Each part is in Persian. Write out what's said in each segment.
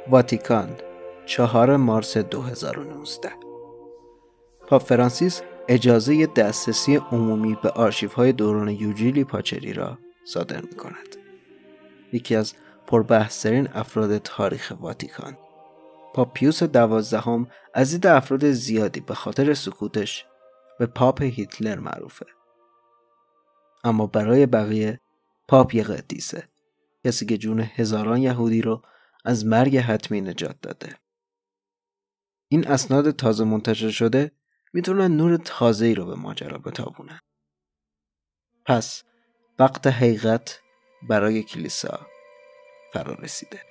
واتیکان 4 مارس 2019. پاپ فرانسیس اجازه دسترسی عمومی به آرشیوهای دوران یوجینی پاچلی را صادر می کند. یکی از پربحث‌ترین افراد تاریخ واتیکان، پاپ پیوس 12 از دید افراد زیادی به خاطر سکوتش به پاپ هیتلر معروفه. اما برای بقیه پاپ یه قدیسه، کسی که جون هزاران یهودی رو از مرگ حتمی نجات داده. این اسناد تازه منتشر شده میتونن نور تازه‌ای رو به ماجرا بتابونن. پس وقت حقیقت برای کلیسا فرا رسیده.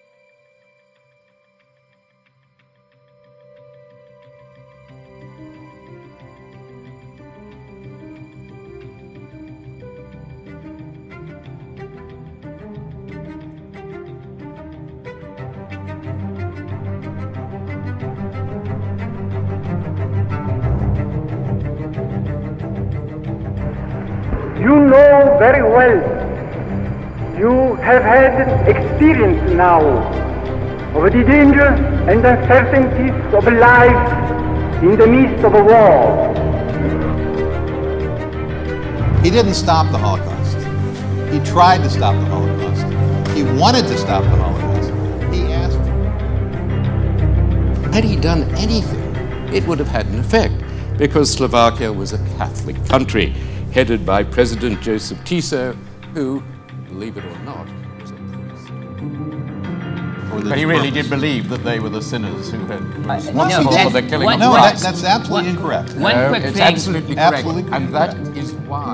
You know very well, you have had experience now of the dangers and uncertainties of life in the midst of a war. He didn't stop the Holocaust. He tried to stop the Holocaust. He wanted to stop the Holocaust. He asked. Had he done anything, it would have had an effect, because Slovakia was a Catholic country, headed by President Joseph Tiso, who, believe it or not, was a priest. But he really did believe that they were the sinners who had responsible for the killing of No, Christ. that's absolutely incorrect. No, it's absolutely correct. Absolutely and that is why.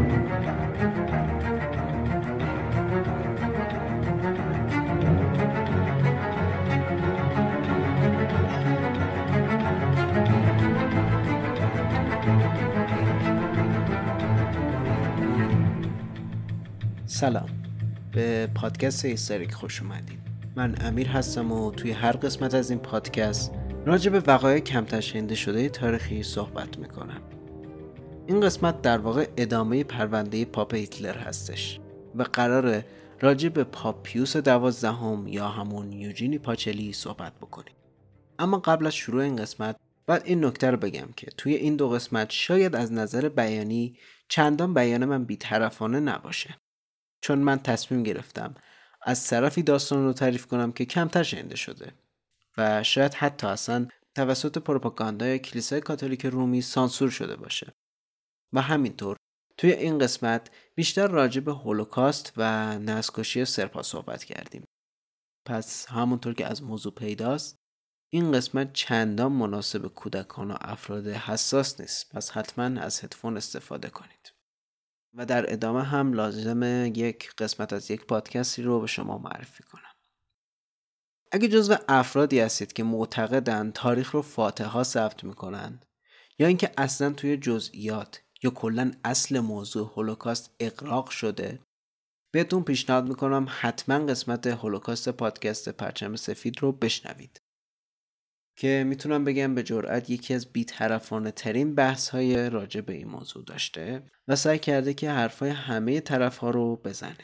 سلام، به پادکست هیستریک خوش اومدید. من امیر هستم و توی هر قسمت از این پادکست راجع به وقایع کمتر شنیده شده تاریخی صحبت میکنم. این قسمت در واقع ادامه پرونده پاپ هیتلر هستش و قراره راجع به پاپ پیوس 12 یا همون یوجینی پاچلی صحبت بکنیم. اما قبل از شروع این قسمت باید این نکته رو بگم که توی این دو قسمت شاید از نظر بیانی چندان بیان من بی‌طرفانه نباشه، چون من تصمیم گرفتم از طرفی داستان رو تعریف کنم که کمتر شنیده شده و شاید حتی اصلا توسط پروپاگاندای کلیسای کاتولیک رومی سانسور شده باشه. و همینطور توی این قسمت بیشتر راجع به هولوکاست و نسل‌کشی سرپا صحبت کردیم. پس همونطور که از موضوع پیداست این قسمت چندان مناسب کودکان و افراد حساس نیست، پس حتما از هدفون استفاده کنید. و در ادامه هم لازمه یک قسمت از یک پادکستی رو به شما معرفی کنم. اگه جزو افرادی هستید که معتقدن تاریخ رو فاتح‌ها ثبت میکنن یا اینکه اصلا توی جزئیات یا کلاً اصل موضوع هولوکاست اغراق شده، بهتون پیشنهاد میکنم حتما قسمت هولوکاست پادکست پرچم سفید رو بشنوید که میتونم بگم به جرئت یکی از بی‌طرفانه ترین بحث‌های راجع به این موضوع داشته و سعی کرده که حرفای همه طرف‌ها رو بزنه.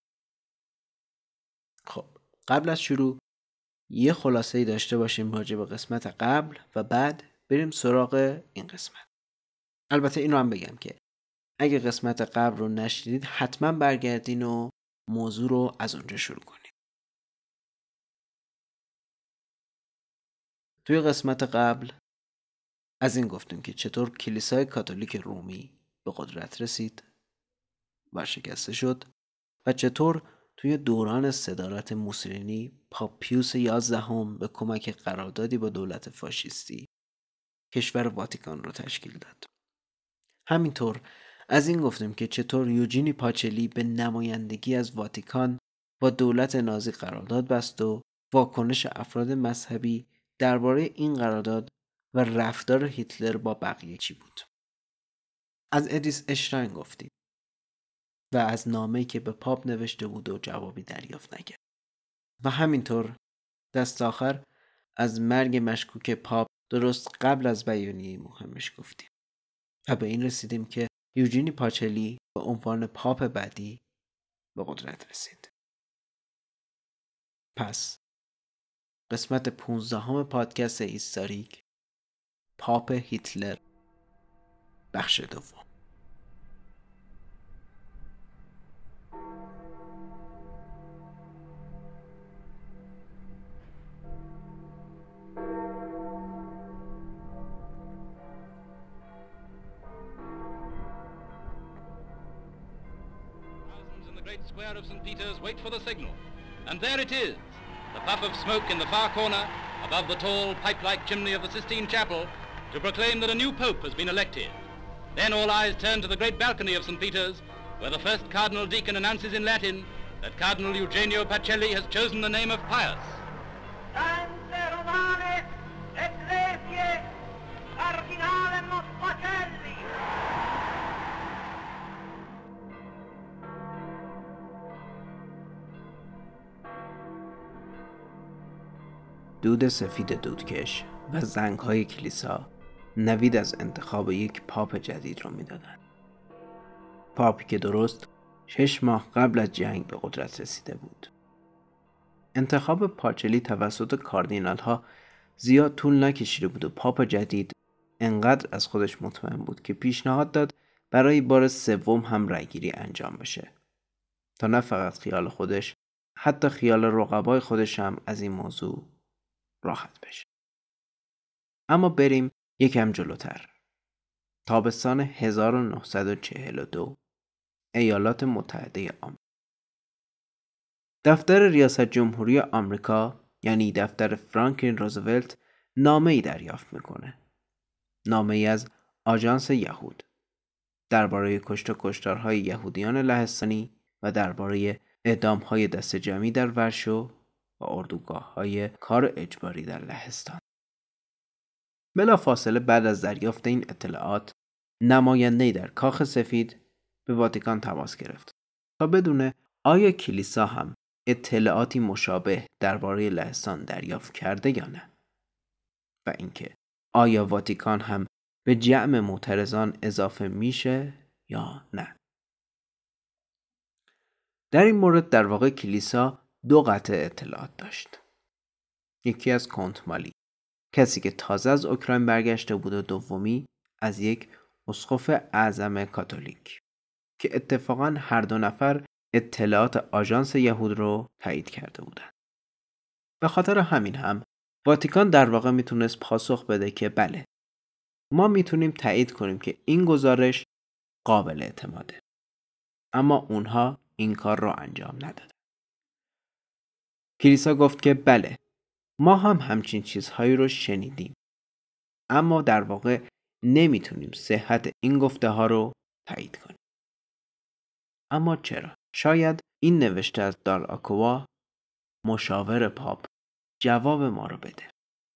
خب قبل از شروع یه خلاصه‌ای داشته باشیم راجع به قسمت قبل و بعد بریم سراغ این قسمت. البته این رو هم بگم که اگه قسمت قبل رو نشنیدید حتما برگردین و موضوع رو از اونجا شروع کنید. توی قسمت قبل از این گفتیم که چطور کلیسای کاتولیک رومی به قدرت رسید، ورشکسته شد و چطور توی دوران صدارت موسولینی پاپ پیوس 11 به کمک قراردادی با دولت فاشیستی کشور واتیکان رو تشکیل داد. همینطور از این گفتیم که چطور یوجینی پاچلی به نمایندگی از واتیکان با دولت نازی قرارداد بست و واکنش افراد مذهبی درباره این قرارداد و رفتار هیتلر با بقیه چی بود. از ادیس اشراین گفتیم و از نامه‌ای که به پاپ نوشته بود و جوابی دریافت نکرد. و همینطور دست آخر از مرگ مشکوک پاپ درست قبل از بیانیه مهمش گفتیم و به این رسیدیم که یوجینی پاچلی به عنوان پاپ بعدی به قدرت رسید. پس قسمت 15 پادکست هیستوریک، پاپ هیتلر، بخش دوم. Thousands in the great square of St. Peter's wait for the signal. And there it is, the puff of smoke in the far corner, above the tall pipe-like chimney of the Sistine Chapel, to proclaim that a new pope has been elected. Then all eyes turn to the great balcony of St. Peter's, where the first cardinal deacon announces in Latin that Cardinal Eugenio Pacelli has chosen the name of Pius. Tante Romane, Ecclesiae, Cardinalem Pacelli. دود سفید دودکش و زنگ‌های کلیسا نوید از انتخاب یک پاپ جدید رو میدادن. پاپی که درست 6 ماه قبل از جنگ به قدرت رسیده بود. انتخاب پاچلی توسط کاردینال ها زیاد طول نکشیده بود و پاپ جدید انقدر از خودش مطمئن بود که پیشنهاد داد برای بار سوم هم رأیگیری انجام بشه تا نه فقط خیال خودش، حتی خیال رقبای خودش هم از این موضوع راحت بشه. اما بریم یکم جلوتر. تابستان 1942 ایالات متحده آمریکا. دفتر ریاست جمهوری آمریکا، یعنی دفتر فرانکلین روزولت، نامه‌ای دریافت میکنه. نامه‌ای از آژانس یهود درباره کشت و کشتارهای یهودیان لهستانی و درباره اعدام‌های دست جمعی در ورشو و اردوگاه‌های کار اجباری در لهستان. بلافاصله بعد از دریافت این اطلاعات، نماینده‌ای در کاخ سفید به واتیکان تماس گرفت تا بدونه آیا کلیسا هم اطلاعاتی مشابه درباره لهستان دریافت کرده یا نه و اینکه آیا واتیکان هم به جمع معترضان اضافه میشه یا نه. در این مورد در واقع کلیسا 2 قطعه اطلاعات داشت. یکی از کنت مالی، کسی که تازه از اوکراین برگشته بود، و دومی از یک اسقف اعظم کاتولیک که اتفاقاً هر 2 نفر اطلاعات آژانس یهود رو تایید کرده بودند. به خاطر همین هم واتیکان در واقع میتونست پاسخ بده که بله، ما میتونیم تایید کنیم که این گزارش قابل اعتماده. اما اونها این کار رو انجام ندادن. کلیسا گفت که بله، ما هم همچین چیزهایی رو شنیدیم، اما در واقع نمیتونیم صحت این گفته ها رو تایید کنیم. اما چرا؟ شاید این نوشته از دال آکوا، مشاور پاپ، جواب ما رو بده.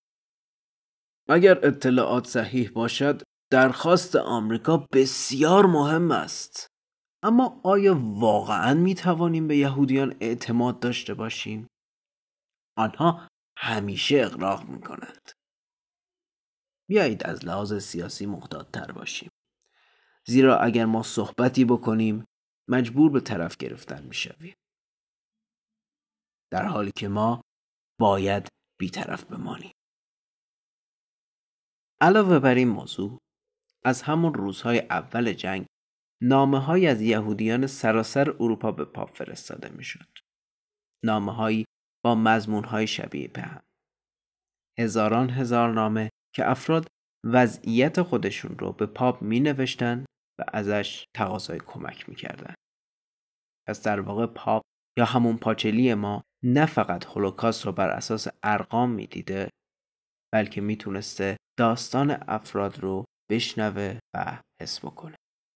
اگر اطلاعات صحیح باشد، درخواست آمریکا بسیار مهم است. اما آیا واقعاً میتوانیم به یهودیان اعتماد داشته باشیم؟ آنها همیشه اغراق میکنند. بیایید از لحاظ سیاسی محتاط‌تر باشیم. زیرا اگر ما صحبتی بکنیم، مجبور به طرف گرفتن میشویم. در حالی که ما باید بی‌طرف بمانیم. علاوه بر این موضوع، از همون روزهای اول جنگ نامه‌هایی از یهودیان سراسر اروپا به پاپ فرستاده میشد. نامه‌هایی با مضمون‌های شبیه به هم. هزار نامه که افراد وضعیت خودشون رو به پاپ می‌نوشتن و ازش تقاضای کمک می‌کردن. پس در واقع پاپ یا همون پاچلی ما نه فقط هولوکاست رو بر اساس ارقام می‌دیده، بلکه میتونسته داستان افراد رو بشنوه و حس بکنه.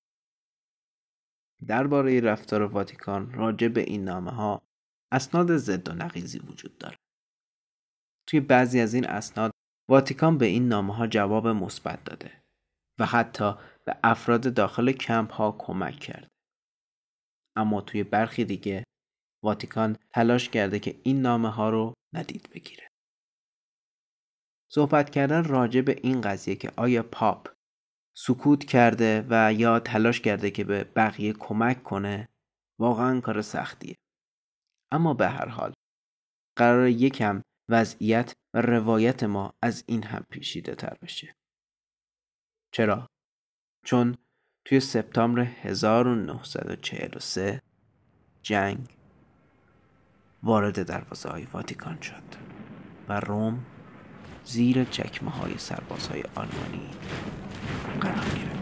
درباره رفتار واتیکان راجع به این نامه‌ها اسناد ضد و نقیضی وجود داره. توی بعضی از این اسناد واتیکان به این نامه‌ها جواب مثبت داده و حتی به افراد داخل کمپ‌ها کمک کرده. اما توی برخی دیگه واتیکان تلاش کرده که این نامه‌ها رو ندید بگیره. صحبت کردن راجع به این قضیه که آیا پاپ سکوت کرده و یا تلاش کرده که به بقیه کمک کنه واقعا کار سختیه. اما به هر حال قرار یکم وضعیت و روایت ما از این هم پیچیده تر بشه. چرا؟ چون توی سپتامبر 1943 جنگ وارد دروازه‌های واتیکان شد و روم زیر چکمه‌های سربازهای آلمانی قرار گرفت.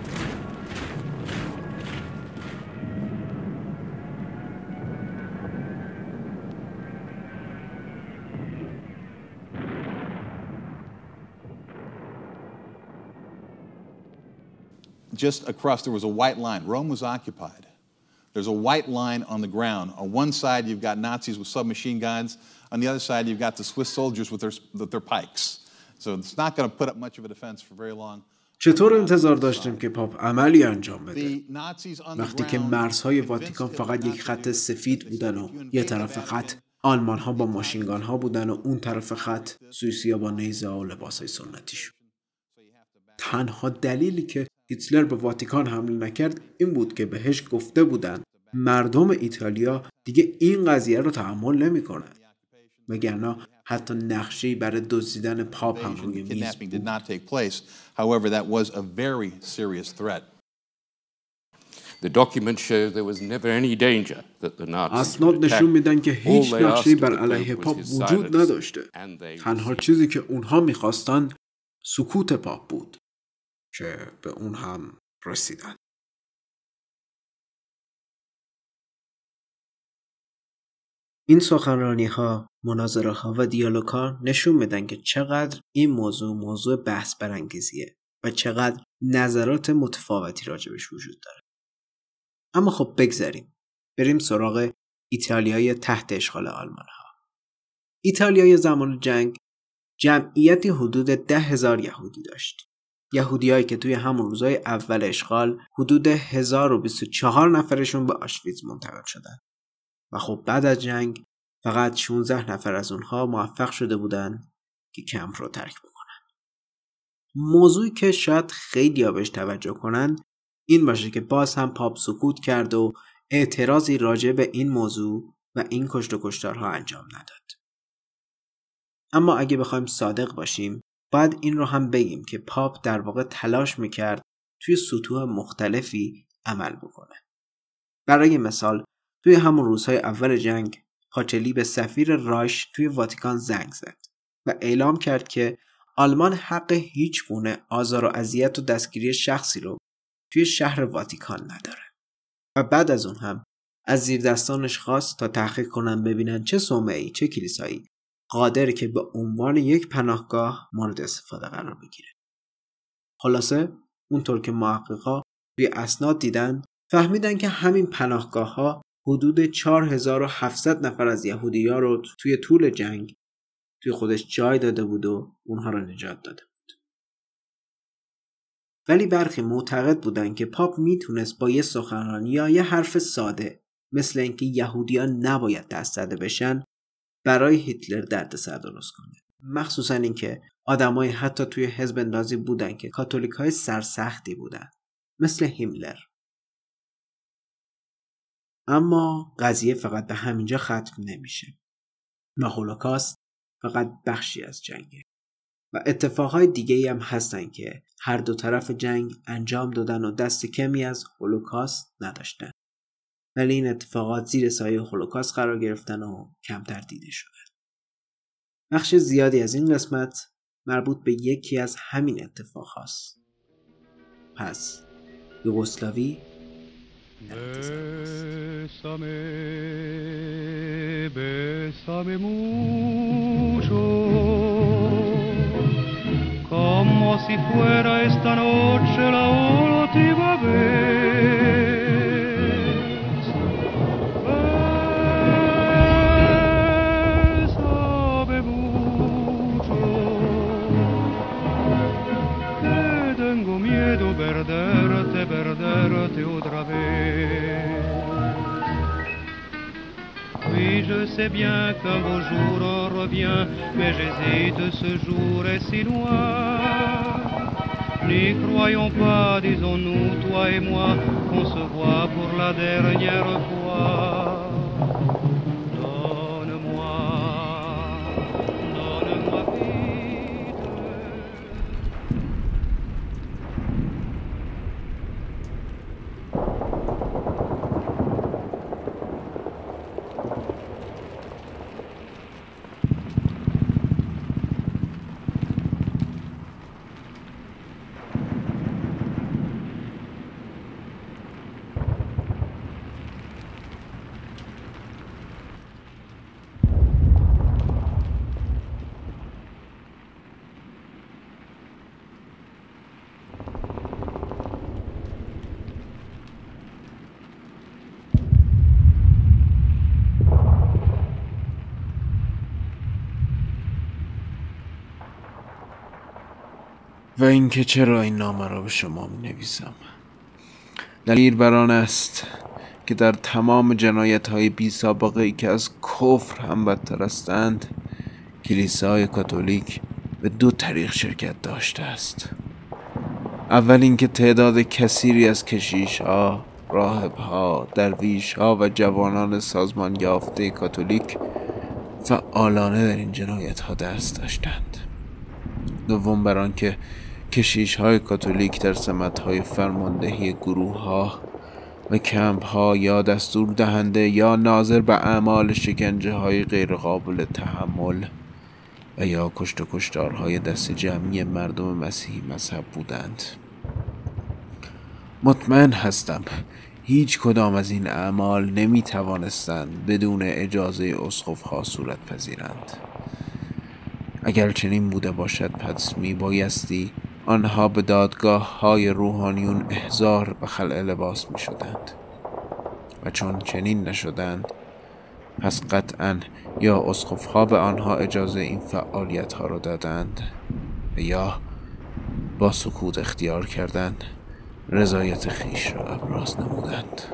Just across, there was a white line. Rome was occupied. There's a white line on the ground. On one side, you've got Nazis with submachine guns. On the other side, you've got the Swiss soldiers with their pikes. So it's not going to put up much of a defense for very long. چطور انتظار داشتیم که پاپ عملی انجام بده وقتی که مرزهای واتیکان فقط یک خط سفید بودن و یه طرف خط آلمان ها با ماشینگان ها بودن و اون طرف خط سوئیسیا با نیزه و لباس های سنتیشون. تنها دلیلی که هیتلر به واتیکان حمله نکرد این بود که بهش گفته بودن مردم ایتالیا دیگه این قضیه رو تحمل نمی‌کنن. وگرنه حتی نقشه‌ای برای دزدیدن پاپ هم روی میز بود. However, that was a very serious threat. The documents show there was never any danger that the Nazis اسناد نشون میدن که هیچ نقشه‌ای بر علیه پاپ وجود نداشته. تنها چیزی که اونها می‌خواستن سکوت پاپ بود که به اون هم رسیدن. این سخنرانی‌ها، مناظره‌ها و دیالوگ‌ها نشون میدن که چقدر این موضوع بحث برانگیزیه و چقدر نظرات متفاوتی راجبش وجود داره. اما خب بگذاریم. بریم سراغ ایتالیای تحت اشغال آلمان‌ها. ایتالیای زمان جنگ جمعیتی حدود 10,000 یهودی داشت. یهودیایی که توی همون روزهای اول اشغال حدود 1024 نفرشون به آشویتز منتقل شدن. و خب بعد از جنگ فقط 16 نفر از اونها موفق شده بودن که کمپ رو ترک بکنن. موضوعی که شاید خیلی بهش توجه کنن این باشه که باز هم پاپ سکوت کرد و اعتراضی راجع به این موضوع و این کشت و کشتارها انجام نداد. اما اگه بخوایم صادق باشیم باید این رو هم بگیم که پاپ در واقع تلاش میکرد توی سطوح مختلفی عمل بکنه. برای مثال توی همون روزهای اول جنگ پاچلی به سفیر رایش توی واتیکان زنگ زد و اعلام کرد که آلمان حق هیچ گونه آزار و اذیت و دستگیری شخصی رو توی شهر واتیکان نداره. و بعد از اون هم از زیردستانش خواست تا تحقیق کنن ببینن چه صومعه‌ای چه کلیسایی قادره که به عنوان یک پناهگاه مورد استفاده قرار بگیره. خلاصه اونطور که محققا توی اسناد دیدن فهمیدن که همین پناهگاه‌ها حدود 4700 نفر از یهودی‌ها رو توی طول جنگ توی خودش جای داده بود و اونها رو نجات داده بود. ولی برخی معتقد بودن که پاپ میتونست با یه سخنرانی یا یه حرف ساده مثل اینکه یهودیان نباید دست زده بشن برای هیتلر دردسر درست کنه. مخصوصا اینکه آدمای حتی توی حزب نازی بودن که کاتولیک‌های سرسختی بودن مثل هیملر. اما قضیه فقط به همینجا ختم نمیشه و هولوکاست فقط بخشی از جنگه و اتفاقهای دیگه‌ای هم هستن که هر دو طرف جنگ انجام دادن و دست کمی از هولوکاست نداشتن، ولی این اتفاقات زیر سایه هولوکاست قرار گرفتن و کمتر دیده شدن. بخش زیادی از این قسمت مربوط به یکی از همین اتفاق هاست. پس یوگسلاوی Bésame mucho, como si fuera esta noche la última vez. Bésame mucho, que tengo miedo perderte otra vez. Oui, je sais bien qu'un beau jour revient, mais j'hésite, ce jour est si loin. N'y croyons pas, disons-nous, toi et moi, qu'on se voit pour la dernière fois. Donne-moi و اینکه چرا این نامه را به شما می نویسم. دلیل بر آن است که در تمام جنایت‌های بی سابقه ای که از کفر هم بدتر هستند، کلیسای کاتولیک به 2 طریق شرکت داشته است. اول اینکه تعداد کثیری از کشیش‌ها، راهب‌ها، درویش‌ها و جوانان سازمان یافته کاتولیک فعالانه در این جنایت‌ها دست داشتند. دوم بر آن که کشیش‌های کاتولیک در سمت‌های فرماندهی گروه‌ها و کمپ‌ها یا دستور دهنده یا ناظر به اعمال شکنجه‌های غیرقابل تحمل و یا کشت و کشتارهای دست جمعی مردم مسیحی مذهب بودند. مطمئن هستم هیچ کدام از این اعمال نمی توانستند بدون اجازه اسقف‌ها صورت پذیرند. اگر چنین بوده باشد پس می بایستی آنها به دادگاه های روحانیون احضار و خلع لباس می شدند و چون چنین نشدند پس قطعاً یا اسقف‌ها به آنها اجازه این فعالیت ها را دادند و یا با سکوت اختیار کردند رضایت خیش را ابراز نمودند.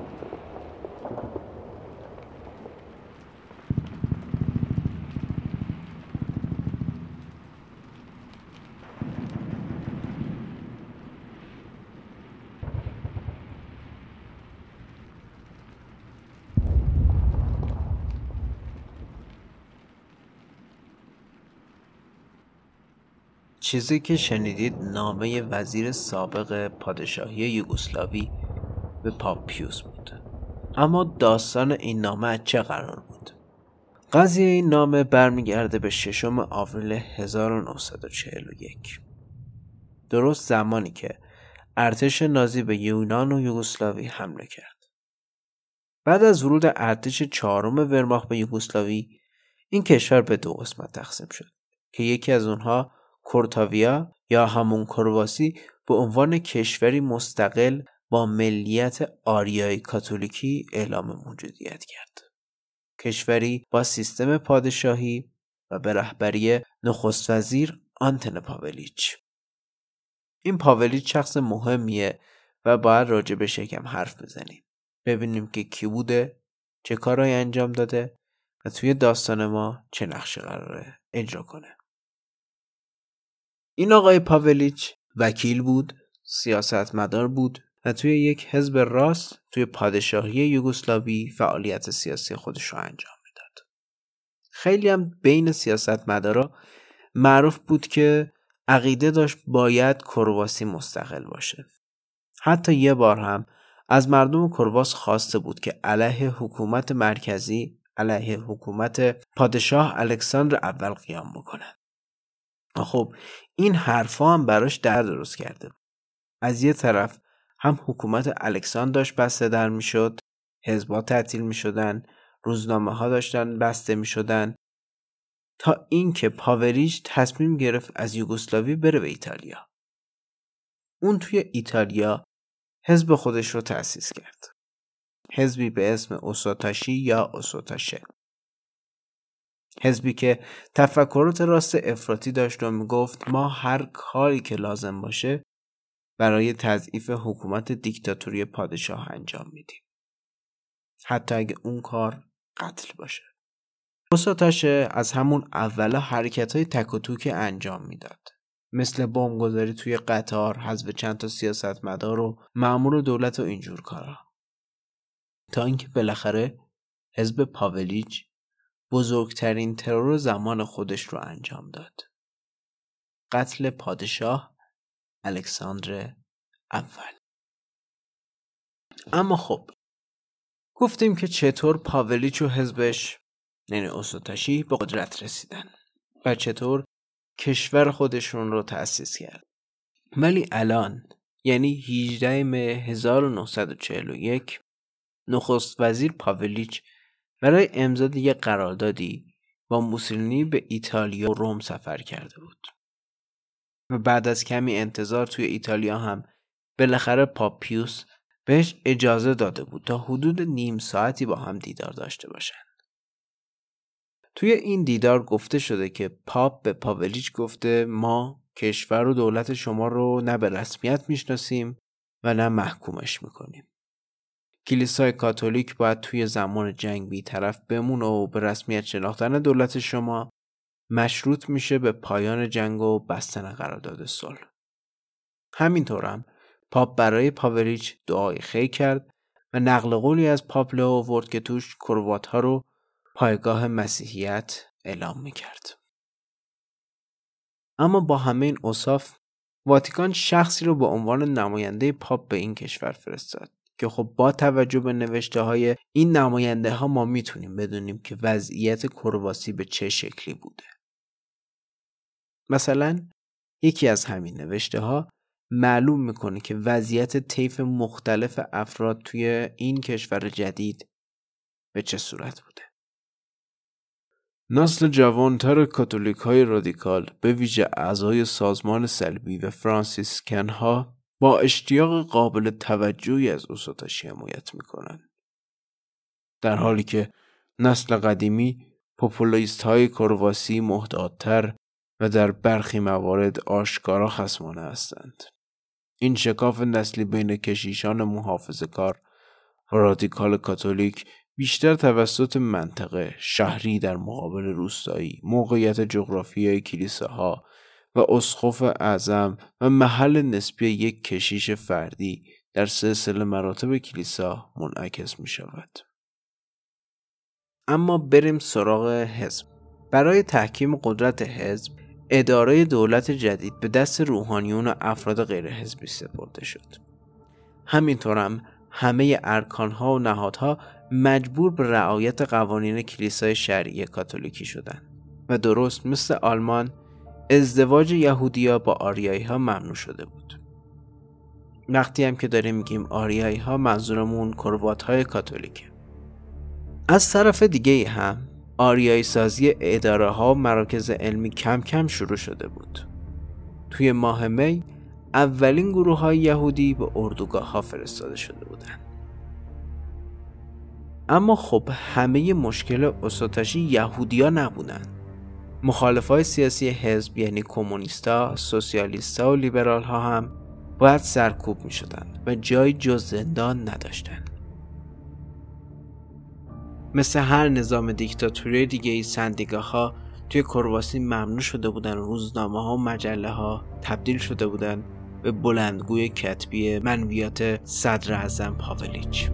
چیزی که شنیدید نامه وزیر سابق پادشاهی یوگسلاوی به پاپ پیوس بود. اما داستان این نامه از چه قرار بود؟ قضیه این نامه برمیگرده به 6 آوریل 1941. درست زمانی که ارتش نازی به یونان و یوگسلاوی حمله کرد. بعد از ورود ارتش 4 ورماخت به یوگسلاوی، این کشور به 2 قسمت تقسیم شد که یکی از اونها کورتاویا یا همون کرواسی به عنوان کشوری مستقل با ملیت آریایی کاتولیکی اعلام موجودیت کرد. کشوری با سیستم پادشاهی و به رهبری نخست وزیر آنتن پاولیچ. این پاولیچ شخص مهمیه و باید راجبش یکم حرف بزنیم. ببینیم که کی بوده، چه کارهایی انجام داده و توی داستان ما چه نقشی قراره اجرا کنه. این آقای پاولیچ وکیل بود، سیاستمدار بود و توی یک حزب راست توی پادشاهی یوگسلاوی فعالیت سیاسی خودش رو انجام میداد. خیلی هم بین سیاستمدارا معروف بود که عقیده داشت باید کرواسی مستقل باشه. حتی یه بار هم از مردم کرواس خواسته بود که علیه حکومت مرکزی، علیه حکومت پادشاه الکساندر اول قیام بکنن. خب این حرفا هم براش درست کرده بود. از یه طرف هم حکومت الکساندر داشت بسته در می شد، حزب‌ها تعطیل می شدن، روزنامه ها داشتن بسته می شدن، تا اینکه پاولیچ تصمیم گرفت از یوگسلاوی بره به ایتالیا. اون توی ایتالیا حزب خودش رو تأسیس کرد. حزبی به اسم اوساتاشی یا اوساتاشه. حزبی که تفکرات راست افراطی داشت و میگفت ما هر کاری که لازم باشه برای تضعیف حکومت دیکتاتوری پادشاه انجام میدیم. حتی اگه اون کار قتل باشه. اوساتاشه از همون اولا حرکت‌های تک و توک انجام میداد. مثل بمبگذاری توی قطار، حذف چند تا سیاستمدار و مأمور دولت و اینجور کارا. تا اینکه بالاخره حزب پاولیچ بزرگترین ترور زمان خودش رو انجام داد. قتل پادشاه الکساندر اول. اما خب گفتیم که چطور پاولیچ و حزبش یعنی اوساتاشی به قدرت رسیدن و چطور کشور خودشون رو تأسیس کرد. ولی الان یعنی 18 مه 1941 نخست وزیر پاولیچ برای امضای یک قراردادی با موسولینی به ایتالیا و روم سفر کرده بود. و بعد از کمی انتظار توی ایتالیا هم بالاخره پاپ پیوس بهش اجازه داده بود تا حدود نیم ساعتی با هم دیدار داشته باشن. توی این دیدار گفته شده که پاپ به پاولیچ گفته ما کشور و دولت شما رو نه به رسمیت میشناسیم و نه محکومش میکنیم. کلیسای کاتولیک باید توی زمان جنگ بی‌طرف بمونه و به رسمیت شناختن دولت شما مشروط میشه به پایان جنگ و بستن قرارداد صلح. همینطورم پاپ برای پاولیچ دعای خیر کرد و نقل قولی از پاپ لئو آورد که توش کروات‌ها رو پایگاه مسیحیت اعلام میکرد. اما با همه این اوصاف واتیکان شخصی رو به عنوان نماینده پاپ به این کشور فرستاد که خب با توجه به نوشته های این نماینده ها ما میتونیم بدونیم که وضعیت کرواسی به چه شکلی بوده. مثلا یکی از همین نوشته ها معلوم میکنه که وضعیت طیف مختلف افراد توی این کشور جدید به چه صورت بوده. نسل جوانتر کاتولیک های رادیکال به ویژه اعضای سازمان صلیبی و فرانسیسکن ها با اشتیاق قابل توجهی از اوساتاشی حمایت میکنن. در حالی که نسل قدیمی پوپولیست های کرواسی محتاط‌تر و در برخی موارد آشکارا خصمانه هستند. این شکاف نسلی بین کشیشان محافظه‌کار و رادیکال کاتولیک بیشتر توسط منطقه شهری در مقابل روستایی، موقعیت جغرافیایی کلیساها و اسقف اعظم و محل نسبی یک کشیش فردی در سلسله مراتب کلیسا منعکس می شود. اما بریم سراغ حزب. برای تحکیم قدرت حزب، اداره دولت جدید به دست روحانیون و افراد غیر حزبی سپرده شد. همینطورم همه ارکانها و نهادها مجبور به رعایت قوانین کلیسای شرعی کاتولیکی شدند و درست مثل آلمان ازدواج یهودی‌ها با آریایی‌ها ممنوع شده بود. وقتی هم که داریم میگیم آریایی‌ها منظورمون کروات‌های کاتولیکه. از طرف دیگه هم آریایی سازی اداره‌ها و مراکز علمی کم کم شروع شده بود. توی ماه می اولین گروه‌های یهودی به اردوگاه‌ها فرستاده شده بودند. اما خب همه مشکل اوساتاشی یهودی‌ها نبودن. مخالفای سیاسی حزب یعنی کمونیستا، سوسیالیستا و لیبرال‌ها هم باید سرکوب می‌شدن و جای جز زندان نداشتن. مثل هر نظام دیکتاتوری دیگه‌ای سندیکاها توی کرواسی ممنوع شده بودن. روزنامه‌ها و مجله‌ها تبدیل شده بودن به بلندگوی کتبی منویات صدر اعظم پاولیچ.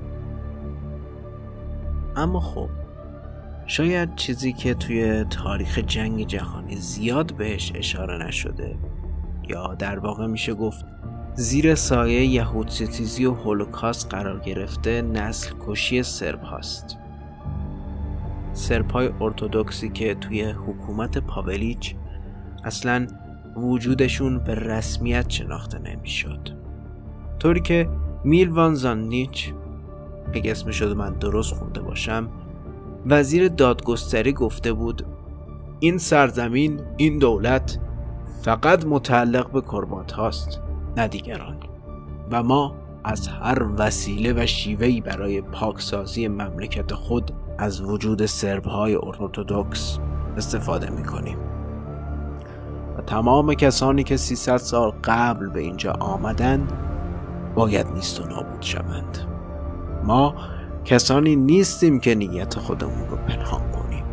اما خب شاید چیزی که توی تاریخ جنگ جهانی زیاد بهش اشاره نشده یا در واقع میشه گفت زیر سایه یهود ستیزی و هولوکاست قرار گرفته نسل کشی سرب هاست. سرب های ارتودکسی که توی حکومت پاولیچ اصلا وجودشون به رسمیت شناخته نمیشد. طوری که میلوان زانیچ، اگه اسمشو من درست خونده باشم، وزیر دادگستری گفته بود این سرزمین، این دولت فقط متعلق به کروات هاست نه دیگران و ما از هر وسیله و شیوهی برای پاکسازی مملکت خود از وجود سرب‌های ارتدوکس استفاده می‌کنیم و تمام کسانی که 300 سال قبل به اینجا آمدند باید نیست و نابود شوند. ما کسانی نیستیم که نیت خودمون رو پنهان کنیم.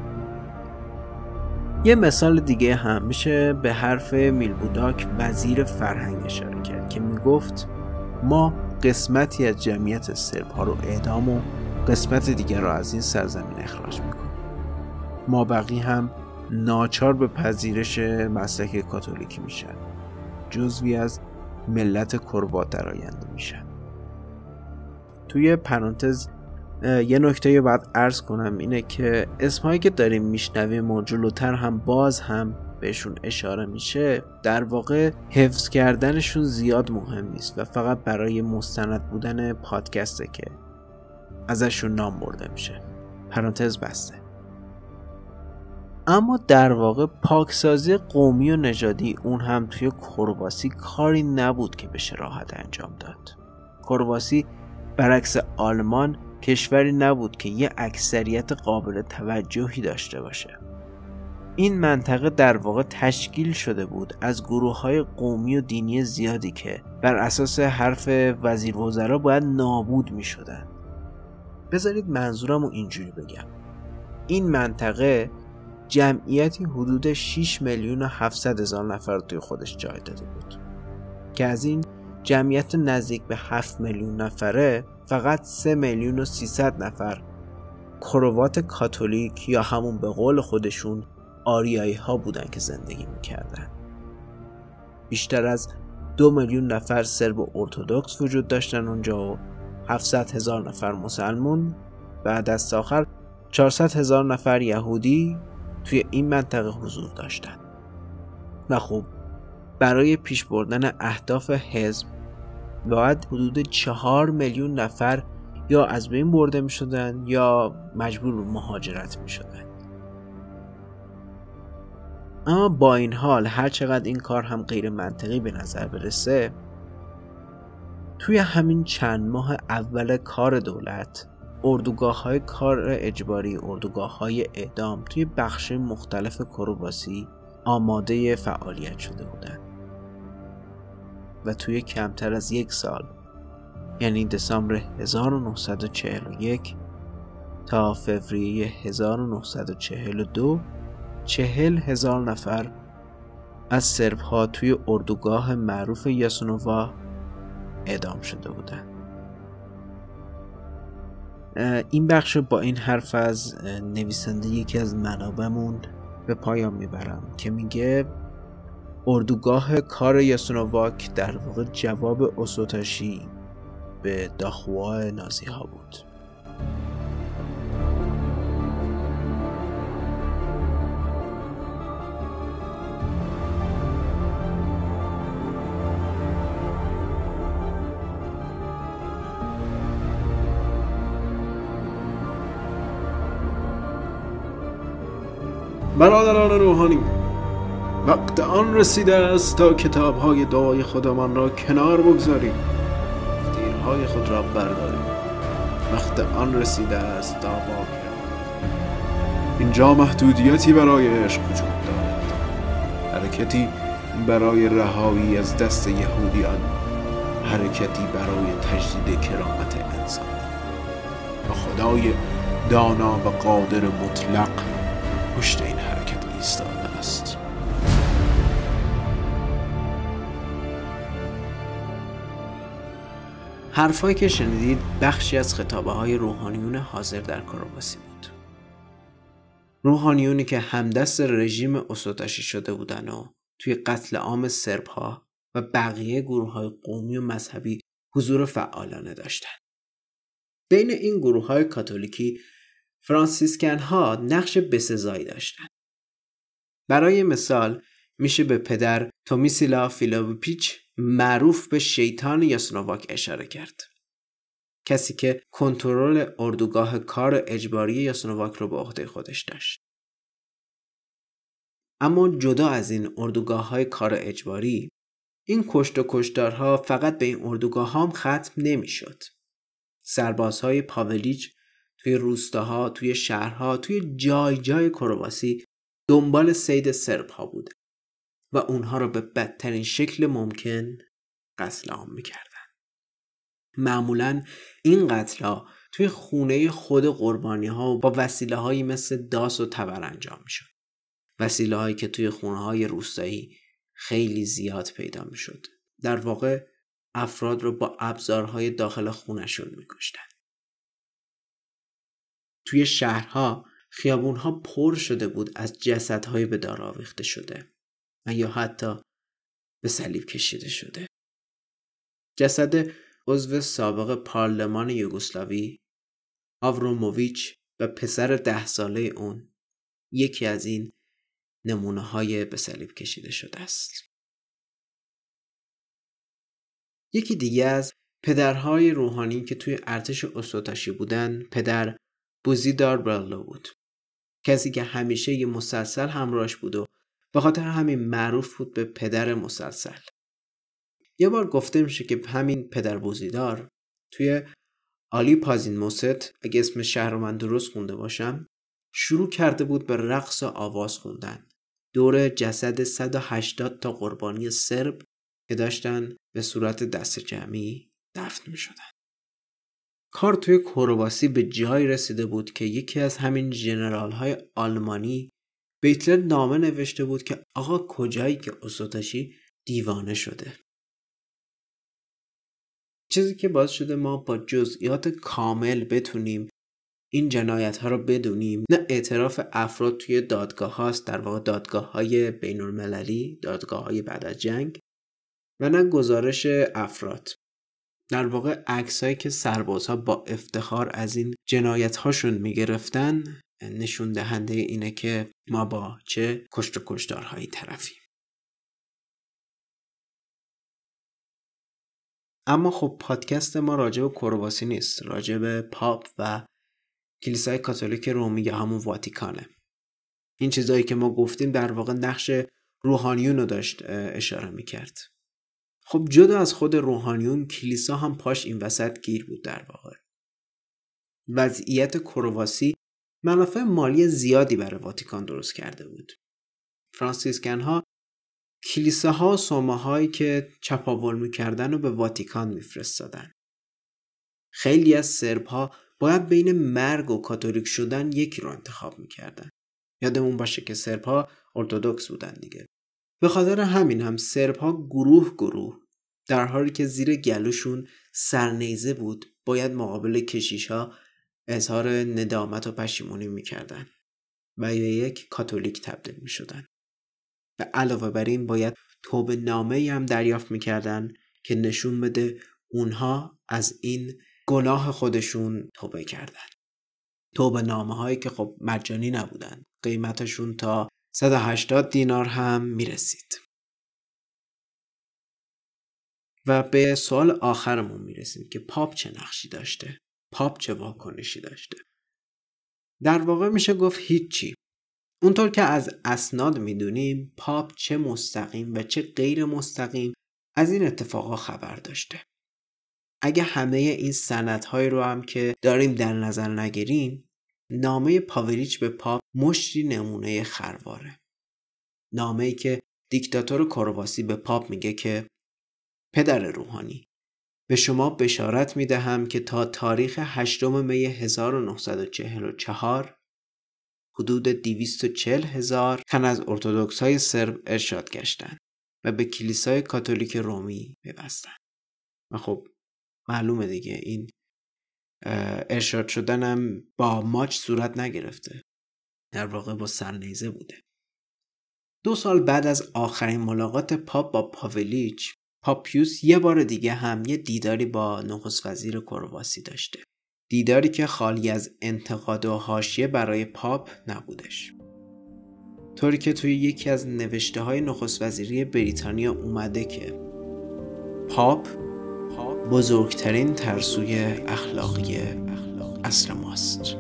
یه مثال دیگه هم میشه به حرف میلبوداک وزیر فرهنگ اشاره کرد که میگفت ما قسمتی از جمعیت سرب ها رو اعدام و قسمت دیگر رو از این سرزمین اخراج میکنیم. ما بقی هم ناچار به پذیرش مسلک کاتولیکی میشن، جزوی از ملت کروات در آینده میشن. توی پرانتز یه نکته باید عرض کنم اینه که اسمایی که داریم میشنویم و جلوتر هم باز هم بهشون اشاره میشه در واقع حفظ کردنشون زیاد مهم نیست و فقط برای مستند بودن پادکسته که ازشون نام برده میشه. پرانتز بسته. اما در واقع پاکسازی قومی و نژادی اون هم توی کرواسی کاری نبود که بشه راحت انجام داد. کرواسی برعکس آلمان کشوری نبود که یه اکثریت قابل توجهی داشته باشه. این منطقه در واقع تشکیل شده بود از گروه‌های قومی و دینی زیادی که بر اساس حرف وزیر وزرا باید نابود می‌شدند. بذارید منظورم رو اینجوری بگم. این منطقه جمعیتی حدود 6,700,000 نفر توی خودش جای داده بود که از این جمعیت نزدیک به 7 میلیون نفره فقط 3,300,000 نفر کروات کاتولیک یا همون به قول خودشون آریایی ها بودن که زندگی میکردن. بیشتر از 2 میلیون نفر سرب ارتدوکس وجود داشتن اونجا و 700,000 نفر مسلمون و دست آخر 400,000 نفر یهودی توی این منطقه حضور داشتن. و خب برای پیش بردن اهداف حزب باید حدود 4 میلیون نفر یا از بین برده می شدن یا مجبور به مهاجرت می شدن. اما با این حال هر چقدر این کار هم غیر منطقی به نظر برسه، توی همین چند ماه اول کار دولت اردوگاه‌های کار اجباری، اردوگاه‌های اعدام توی بخش مختلف کرواسی آماده فعالیت شده بودند و توی کمتر از 1 سال، یعنی دسامبر 1941 تا فوریه 1942 40,000 نفر از سرب‌ها توی اردوگاه معروف یاسونووا اعدام شده بودند. این بخش با این حرف از نویسنده یکی از منابعمون به پایان میبرم که میگه اردوگاه کار یاسونوواک در واقع جواب اوسوتاشی به داخوا نازی ها بود. برادران روحانی، وقت آن رسیده است تا کتاب‌های دعای خودمان را کنار بگذاریم، دیرهای خود را برداریم. وقت آن رسیده است تا واقعا اینجا محدودیتی برای عشق وجود دارد، حرکتی برای رهایی از دست یهودیان، حرکتی برای تجدید کرامت انسان و خدای دانا و قادر مطلق پشت این حرکت ایستاده است. حرفایی که شنیدید بخشی از خطابه‌های روحانیون حاضر در کرواسی بود. روحانیونی که همدست رژیم اوسوتاشی شده بودن و توی قتل عام سرب‌ها و بقیه گروه‌های قومی و مذهبی حضور فعالانه داشتن. بین این گروه‌های کاتولیکی فرانسیسکن‌ها نقش بسزایی داشتن. برای مثال میشه به پدر تومیسیلا فیلوپیچ معروف به شیطان یاسونوواک اشاره کرد. کسی که کنترل اردوگاه کار اجباری یاسونوواک رو به عهده خودش داشت. اما جدا از این اردوگاه‌های کار اجباری، این کشت و کشتارها فقط به این اردوگاه‌ها هم ختم نمی‌شد. سربازهای پاولیچ توی روستاها، توی شهرها، توی جای جای کرواسی دنبال صید سرب‌ها بود و اونها رو به بدترین شکل ممکن قتل عام می‌کردن. معمولاً این قتل‌ها توی خونه خود قربانی‌ها و با وسیله‌هایی مثل داس و تبر انجام می‌شد. وسیله‌هایی که توی خونه‌های روستایی خیلی زیاد پیدا می‌شد. در واقع افراد رو با ابزارهای داخل خونه‌شون می‌کشتن. توی شهرها خیابونها پر شده بود از جسدهای به دار آویخته شده و یا حتی به صلیب کشیده شده. جسد عضو سابق پارلمان یوگسلاوی آوروموویچ و پسر 10 ساله اون یکی از این نمونه‌های به صلیب کشیده شده است. یکی دیگه از پدرهای روحانی که توی ارتش اوسوتاشی بودن پدر بوزیدار برالو بود. کسی که همیشه یه مسلسل همراهش بود و به خاطر همین معروف بود به پدر مسلسل. یه بار گفته میشه که همین پدر بوزیدار توی آلی پازین موست، اگه اسم شهر رو من درست خونده باشم، شروع کرده بود به رقص و آواز خوندن دور جسد 180 تا قربانی سرب که داشتن به صورت دست جمعی دفن می شدن. کار توی کرواسی به جایی رسیده بود که یکی از همین ژنرال های آلمانی به هیتلر نامه نوشته بود که آقا کجایی که اوسوتاشی دیوانه شده. چیزی که باعث شده ما با جزئیات کامل بتونیم این جنایت ها رو بدونیم، نه اعتراف افراد توی دادگاه هاست، در واقع دادگاه های بین المللی، دادگاه های بعد از جنگ، و نه گزارش افراد. در واقع عکسایی که سربازها با افتخار از این جنایت هاشون میگرفتن نشون دهنده اینه که ما با چه کشت و کشتارهایی طرفیم. اما خب پادکست ما راجع به کرواسی نیست، راجع به پاپ و کلیسای کاتولیک رومی یا همون واتیکانه. این چیزایی که ما گفتیم در واقع نقش روحانیون رو داشت اشاره میکرد. خب جدا از خود روحانیون، کلیسا هم پاش این وسط گیر بود. در واقع وضعیت کرواسی منافع مالی زیادی برای واتیکان درست کرده بود. فرانسیسکن ها کلیساها و صومعهایی که چپاول میکردن رو به واتیکان میفرستادن. خیلی از سرب‌ها باید بین مرگ و کاتولیک شدن یکی رو انتخاب میکردن. یادمون باشه که سرب‌ها ارتدوکس بودن دیگه. به خاطر همین هم سرب‌ها گروه در حالی که زیر گلوشون سرنیزه بود باید مقابل کشیش‌ها اظهار ندامت و پشیمونی میکردن و به یک کاتولیک تبدیل میشدن. و علاوه بر این باید توبه نامه‌ای هم دریافت میکردن که نشون بده اونها از این گناه خودشون توبه کردن. توبه نامه هایی که خب مجانی نبودن، قیمتشون تا 180 دینار هم میرسید. و به سوال آخرمون میرسیم که پاپ چه نقشی داشته؟ پاپ چه واکنشی داشته؟ در واقع میشه گفت هیچی. اونطور که از اسناد میدونیم پاپ چه مستقیم و چه غیر مستقیم از این اتفاقا خبر داشته. اگه همه این سندهای رو هم که داریم در نظر نگیریم، نامه پاولیچ به پاپ مشتی نمونه خرواره. نامه‌ای که دیکتاتور کرواسی به پاپ میگه که پدر روحانی، به شما بشارت میدهم که تا تاریخ 8 می 1944 حدود 240,000 تن از ارتدوکس های سرب ارشاد گشتند و به کلیسای کاتولیک رومی پیوستند. و خب معلومه دیگه این ارشاد شدن هم با ماچ صورت نگرفته، در واقع با سرنیزه بوده. 2 سال بعد از آخرین ملاقات پاپ با پاولیچ، پاپ پیوس یه بار دیگه هم یه دیداری با نخست وزیر کرواسی داشته. دیداری که خالی از انتقاد و حاشیه برای پاپ نبودش. طوری که توی یکی از نوشته های نخست وزیری بریتانیا اومده که پاپ بزرگترین ترسوی اخلاقی عصر ماست.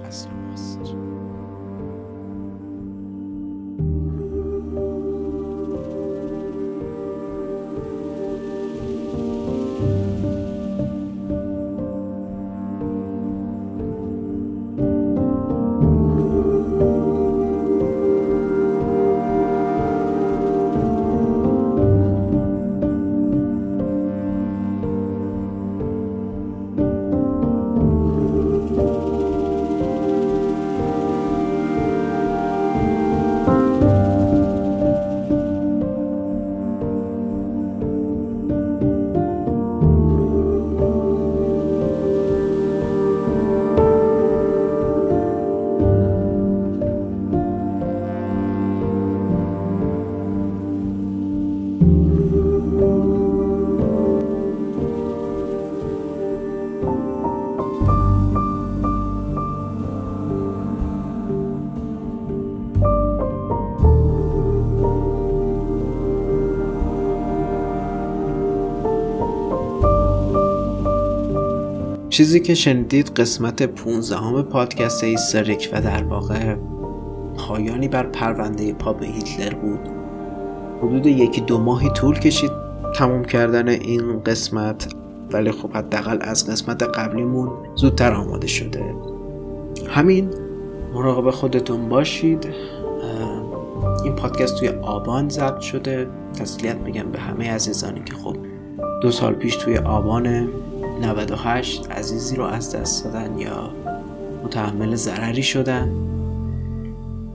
چیزی که شنیدید قسمت 15 پادکست هیستریک و در واقع پایانی بر پرونده پاپ هیتلر بود. حدود 1-2 ماهی طول کشید تموم کردن این قسمت، ولی خب حداقل از قسمت قبلیمون زودتر آماده شده. همین، مراقب خودتون باشید. این پادکست توی آبان ضبط شده. تسلیت میگم به همه عزیزانی که خب 2 سال پیش توی آبان 98 عزیزی رو از دست دادن یا متحمل ضرری شدن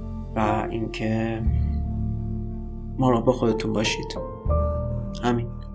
و اینکه مراقب خودتون باشید. همین.